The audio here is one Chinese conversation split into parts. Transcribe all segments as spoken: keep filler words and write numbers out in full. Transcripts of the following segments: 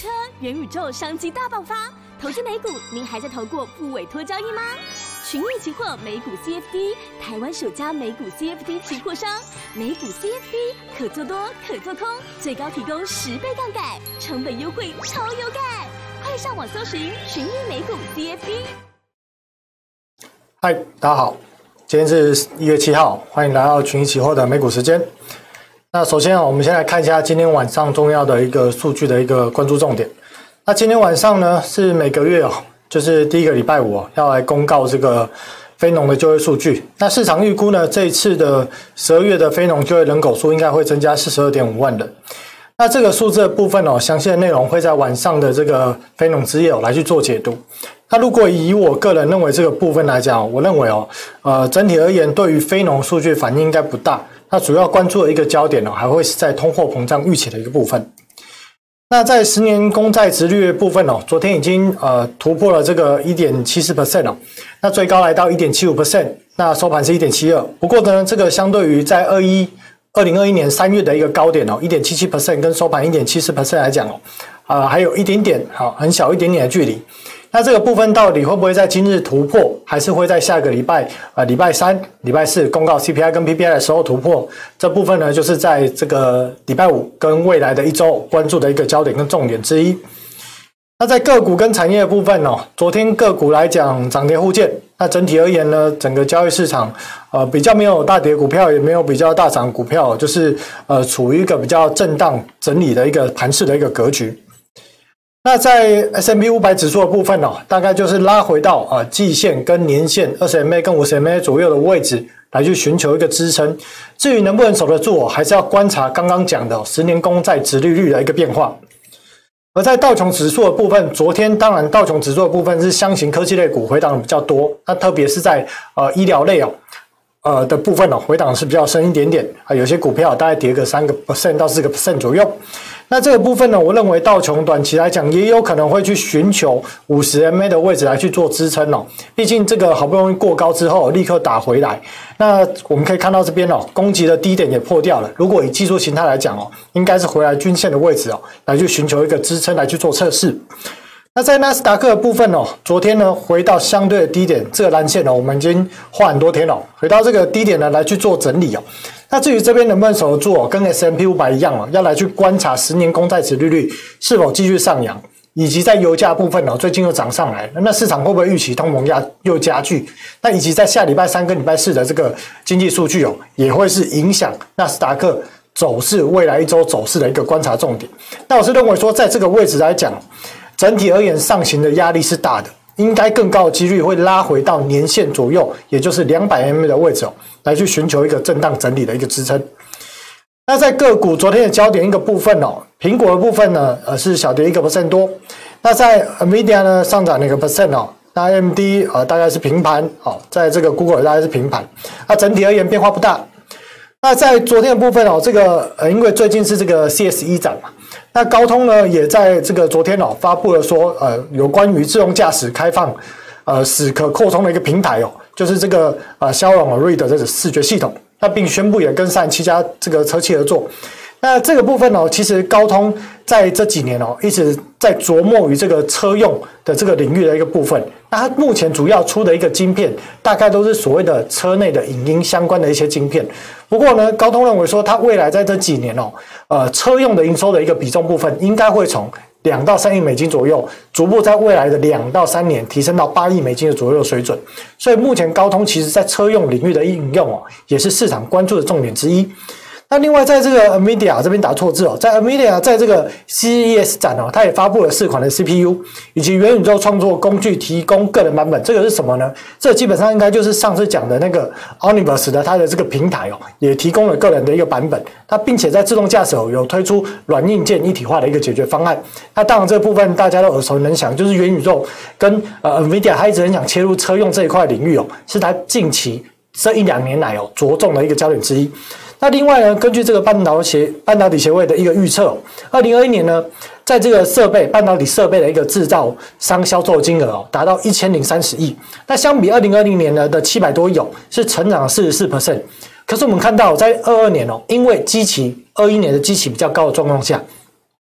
车，元宇宙商机大爆发。投资美股，您还在投过不委托交易吗？群益期货美股 C F D， 台湾首家美股 C F D 期货商，美股 C F D 可做多可做空，最高提供十倍杠杆，成本优惠超有感。快上网搜寻群益美股 C F D。 嗨，大家好，今天是一月七号，欢迎来到群益期货的美股时间。那首先啊，我们先来看一下今天晚上重要的一个数据的一个关注重点。那今天晚上呢，是每个月哦，就是第一个礼拜五哦，要来公告这个非农的就业数据。那市场预估呢，这一次的十二月的非农就业人口数应该会增加四十二点五万人。那这个数字的部分哦，详细的内容会在晚上的这个非农之夜哦来去做解读。那如果以我个人认为这个部分来讲，我认为哦，呃，整体而言对于非农数据反应应该不大。那主要关注的一个焦点哦，还会是在通货膨胀预期的一个部分。那在十年公债殖利率的部分哦，昨天已经呃突破了这个 百分之一点七四 哦，那最高来到 百分之一点七五， 那收盘是 百分之一点七二。不过呢，这个相对于在二零二一年三月的一个高点哦 百分之一点七七 跟收盘 百分之一点七四 来讲哦，呃还有一点点好很小一点点的距离。那这个部分到底会不会在今日突破，还是会在下个礼拜呃礼拜三、礼拜四公告 C P I 跟 P P I 的时候突破？这部分呢，就是在这个礼拜五跟未来的一周关注的一个焦点跟重点之一。那在个股跟产业的部分哦，昨天个股来讲涨跌互见。那整体而言呢，整个交易市场呃比较没有大跌股票，也没有比较大涨股票，就是呃处于一个比较震荡整理的一个盘势的一个格局。那在 S and P 五百 指数的部分哦，大概就是拉回到啊、呃、季线跟年线 二十 M A 跟五十 M A 左右的位置来去寻求一个支撑。至于能不能守得住哦，还是要观察刚刚讲的、哦、十年公债殖利率的一个变化。而在道琼指数的部分，昨天当然道琼指数的部分是相型科技类股回档比较多，那特别是在呃医疗类哦。呃的部分哦，回档是比较深一点点啊，有些股票大概跌个三个 percent 到四个 percent 左右。那这个部分呢，我认为道琼短期来讲也有可能会去寻求五十 M A 的位置来去做支撑哦。毕竟这个好不容易过高之后立刻打回来，那我们可以看到这边哦，攻击的低点也破掉了。如果以技术形态来讲哦，应该是回来均线的位置哦，来去寻求一个支撑来去做测试。那在纳斯达克的部分哦，昨天呢回到相对的低点，这个蓝线哦，我们已经画很多天了，回到这个低点呢来去做整理哦。那至于这边能不能守得住哦，跟 S and P 五百 一样哦，要来去观察十年公债殖利率是否继续上扬，以及在油价部分哦，最近又涨上来，那市场会不会预期通膨压又加剧？那以及在下礼拜三跟礼拜四的这个经济数据哦，也会是影响纳斯达克走势未来一周走势的一个观察重点。那我是认为说，在这个位置来讲，整体而言，上行的压力是大的，应该更高的几率会拉回到年线左右，也就是两百 M A 的位置哦，来去寻求一个震荡整理的一个支撑。那在个股昨天的焦点一个部分哦，苹果的部分呢，呃是小跌一个 percent 多。那在 Nvidia 呢上涨了一个 percent 哦，那 A M D 呃大概是平盘哦，在这个 Google 大概是平盘。那整体而言变化不大。那在昨天的部分哦，这个呃因为最近是这个 C S 一展嘛。那高通呢，也在这个昨天哦发布了说，呃，有关于自动驾驶开放，呃，使可扩充的一个平台哦，就是这个呃骁龙 Read 的这个视觉系统，那并宣布也跟三十七家这个车企合作。那这个部分哦，其实高通在这几年哦一直在琢磨于这个车用的这个领域的一个部分。那它目前主要出的一个晶片，大概都是所谓的车内的影音相关的一些晶片。不过呢，高通认为说，它未来在这几年哦，呃，车用的营收的一个比重部分，应该会从两到三亿美金左右，逐步在未来的两到三年提升到八亿美金的左右水准。所以目前高通其实在车用领域的应用哦，也是市场关注的重点之一。那另外在这个 Nvidia 这边打错字哦，在 Nvidia 在这个 C E S 展哦，它也发布了四款的 C P U 以及元宇宙创作工具提供个人版本。这个是什么呢？这基本上应该就是上次讲的那个 Omniverse 的它的这个平台哦，也提供了个人的一个版本。它并且在自动驾驶哦有推出软硬件一体化的一个解决方案。那当然这部分大家都耳熟能详，就是元宇宙跟呃 Nvidia 它一直很想切入车用这一块领域哦，是它近期这一两年来哦着重的一个焦点之一。那另外呢，根据这个半导体协半导体协会的一个预测，二零二一年呢，在这个设备半导体设备的一个制造商销售金额哦，达到一千零三十亿。那相比二零二零年呢的七百多亿哦，是成长四十四 percent。可是我们看到在二二年哦，因为基期二一年的基期比较高的状况下，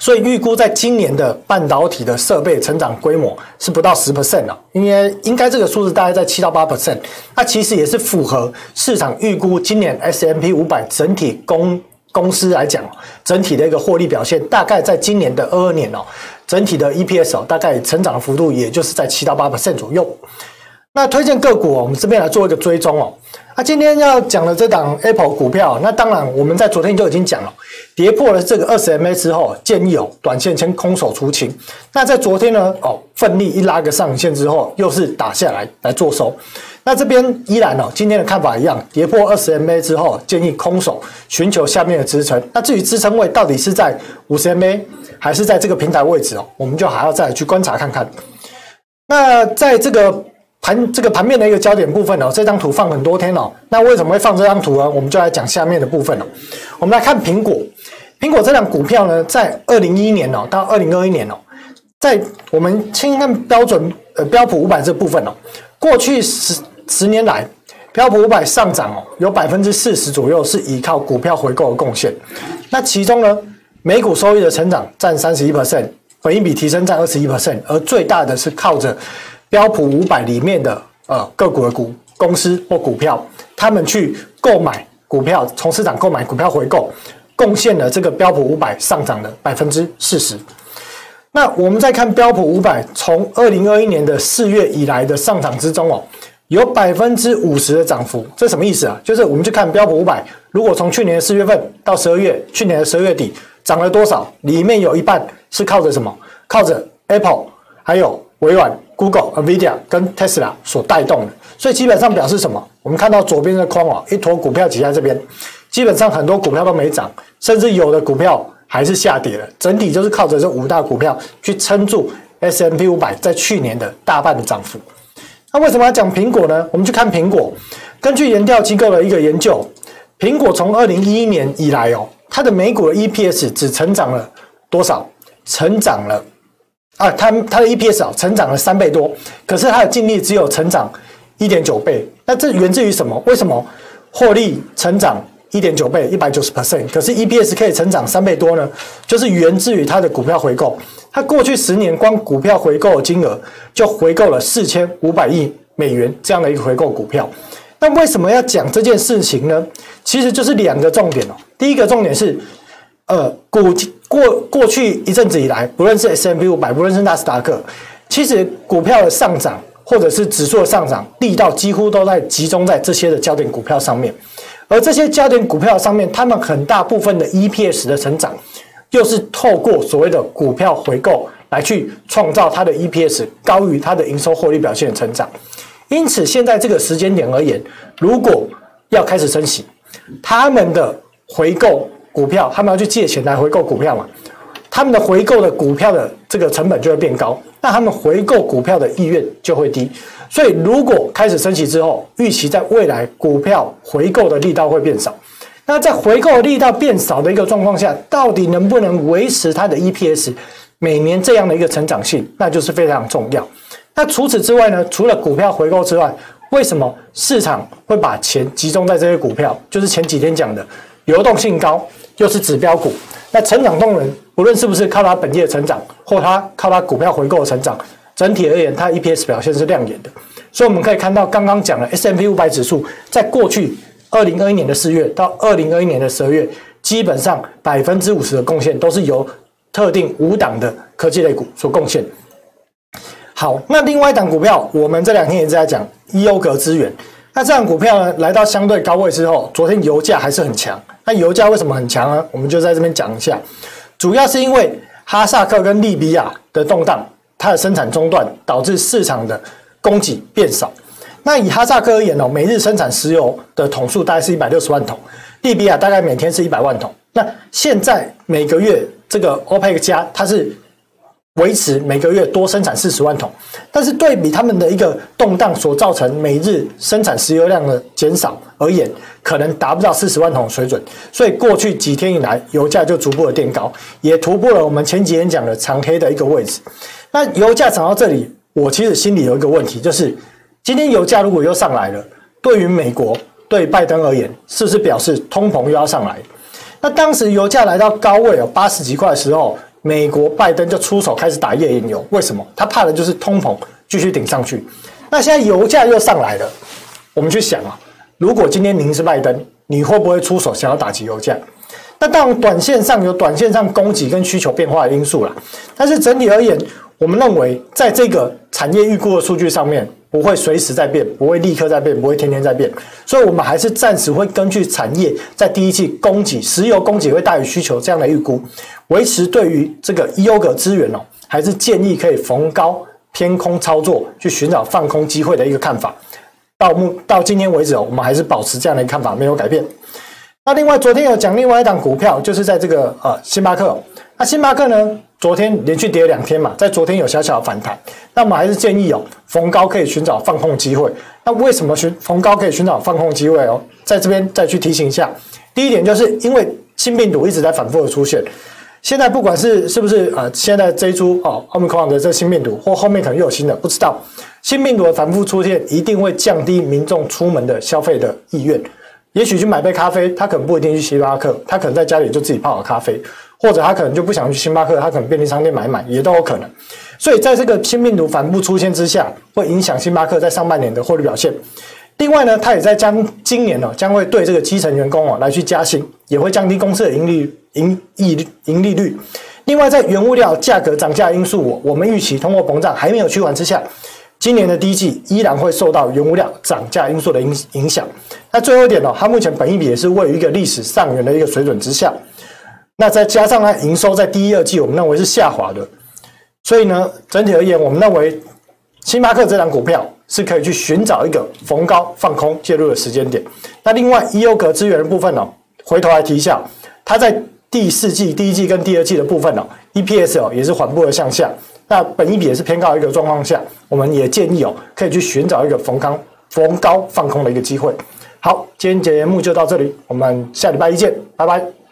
所以预估在今年的半导体的设备成长规模是不到 百分之十 哦，应该应该这个数字大概在 百分之七到八， 那其实也是符合市场预估今年 S and P 五百 整体公公司来讲，整体的一个获利表现，大概在今年的二二年哦，整体的 E P S 哦，大概成长的幅度也就是在 百分之七到八 左右。那推荐个股哦，我们这边来做一个追踪哦。那、啊、今天要讲的这档 Apple 股票，那当然我们在昨天就已经讲了，跌破了这个 二十 M A 之后，建议哦短线先空手出清。那在昨天呢，哦奋力一拉个上影线之后，又是打下来来做收。那这边依然哦，今天的看法一样，跌破 二十 M A 之后，建议空手寻求下面的支撑。那至于支撑位到底是在 五十 M A 还是在这个平台位置哦，我们就还要再去观察看看。那在这个盘这个盘面的一个焦点部分哦，这张图放很多天哦。那为什么会放这张图呢？我们就来讲下面的部分哦。我们来看苹果，苹果这档股票呢，在二零一一年哦到二零二一年哦，在我们先看标准呃标普五百这部分哦，过去十十年来，标普五百上涨哦，有 百分之四十 左右是依靠股票回购的贡献。那其中呢，每股收益的成长占 百分之三十一， 本益比提升占 百分之二十一， 而最大的是靠着标普五百里面的呃个股的股公司或股票，他们去购买股票，从市场购买股票回购，贡献了这个标普五百上涨的 百分之四十。那我们再看标普五百从二零二一年的四月以来的上涨之中哦，有 百分之五十 的涨幅。这什么意思啊？就是我们去看标普五百，如果从去年的四月份到十二月，去年的十二月底涨了多少？里面有一半是靠着什么？靠着 Apple 还有微软、Google、Nvidia 跟 Tesla 所带动的。所以基本上表示什么？我们看到左边的框哦，一坨股票挤在这边，基本上很多股票都没涨，甚至有的股票还是下跌了。整体就是靠着这五大股票去撑住 S and P 五百 在去年的大半的涨幅。那为什么要讲苹果呢？我们去看苹果，根据研调机构的一个研究，苹果从二零一一年以来哦，它的每股的 E P S 只成长了多少？成长了啊，它它的 E P S 啊成长了三倍多，可是它的净利只有成长 一点九倍。那这源自于什么？为什么获利成长 一点九倍 百分之一百九十， 可是 E P S 可以成长三倍多呢？就是源自于它的股票回购。它过去十年光股票回购的金额就回购了四千五百亿美元这样的一个回购股票。那为什么要讲这件事情呢？其实就是两个重点哦。第一个重点是，呃，股过过去一阵子以来，不论是 S and P 五百，不论是纳斯达克，其实股票的上涨或者是指数的上涨力道几乎都在集中在这些的焦点股票上面。而这些焦点股票上面，他们很大部分的 E P S 的成长，又是透过所谓的股票回购来去创造它的 E P S 高于它的营收获利表现的成长。因此，现在这个时间点而言，如果要开始升息，他们的回购股票，他们要去借钱来回购股票嘛，他们的回购的股票的这个成本就会变高，那他们回购股票的意愿就会低。所以，如果开始升息之后，预期在未来股票回购的力道会变少。那在回购的力道变少的一个状况下，到底能不能维持它的 E P S 每年这样的一个成长性，那就是非常重要。那除此之外呢？除了股票回购之外，为什么市场会把钱集中在这些股票？就是前几天讲的流动性高，又是指标股。那成长动能，不论是不是靠它本业的成长，或它靠它股票回购的成长，整体而言，它 E P S 表现是亮眼的。所以我们可以看到，刚刚讲的 S and P 五百 指数，在过去二零二一年的四月到二零二一年的十二月，基本上 百分之五十 的贡献都是由特定五档的科技类股所贡献。好，那另外一档股票，我们这两天也在讲优格资源。那这档股票呢，来到相对高位之后，昨天油价还是很强。那油价为什么很强呢？我们就在这边讲一下，主要是因为哈萨克跟利比亚的动荡，它的生产中断，导致市场的供给变少。那以哈萨克而言哦，每日生产石油的桶数大概是一百六十万桶，利比亚大概每天是一百万桶。那现在每个月这个 OPEC 加它是维持每个月多生产四十万桶，但是对比他们的一个动荡所造成每日生产石油量的减少而言，可能达不到四十万桶的水准。所以过去几天以来，油价就逐步的垫高，也突破了我们前几天讲的长黑的一个位置。那油价涨到这里，我其实心里有一个问题，就是今天油价如果又上来了，对于美国对拜登而言，是不是表示通膨又要上来？那当时油价来到高位哦八十几块的时候， 美国拜登就出手开始打页岩油，为什么？他怕的就是通膨继续顶上去。那现在油价又上来了，我们去想啊，如果今天您是拜登，你会不会出手想要打击油价？那当然，短线上有短线上供给跟需求变化的因素啦，但是整体而言，我们认为在这个产业预估的数据上面，不会随时在变，不会立刻在变，不会天天在变，所以我们还是暂时会根据产业在第一季供给石油供给会大于需求这样的预估，维持对于这个优格资源哦，还是建议可以逢高偏空操作，去寻找放空机会的一个看法。到目到今天为止哦，我们还是保持这样的一个看法，没有改变。那另外昨天有讲另外一档股票，就是在这个呃星巴克、哦。那星巴克呢，昨天连续跌了两天嘛，在昨天有小小的反弹。那我们还是建议哦，逢高可以寻找放空机会。那为什么寻逢高可以寻找放空机会哦？在这边再去提醒一下，第一点就是因为新病毒一直在反复的出现。现在不管是是不是呃，现在这一株哦 Omicron 的这新病毒，或后面可能又有新的，不知道。新病毒的反复出现，一定会降低民众出门的消费的意愿。也许去买杯咖啡，他可能不一定去星巴克，他可能在家里就自己泡好咖啡，或者他可能就不想去星巴克，他可能便利商店买买也都有可能。所以在这个新病毒反复出现之下，会影响星巴克在上半年的获利表现。另外呢，它也在将今年哦将会对这个基层员工哦来去加薪，也会降低公司的盈利盈盈盈利率。另外，在原物料价格涨价因素，我们预期通货膨胀还没有趋缓之下，今年的第一季依然会受到原物料涨价因素的影影响。那最后一点哦，它目前本益比也是位于一个历史上缘的一个水准之下。那再加上它营收在第一、二季，我们认为是下滑的。所以呢，整体而言，我们认为星巴克这档股票是可以去寻找一个逢高放空介入的时间点。那另外，伊优格资源的部分哦，回头来提一下，它在第四季、第一季跟第二季的部分哦 ，E P S 哦也是缓步的向下。那本益比也是偏高的一个状况下，我们也建议哦，可以去寻找一个逢高逢高放空的一个机会。好，今天节目就到这里，我们下礼拜一见，拜拜。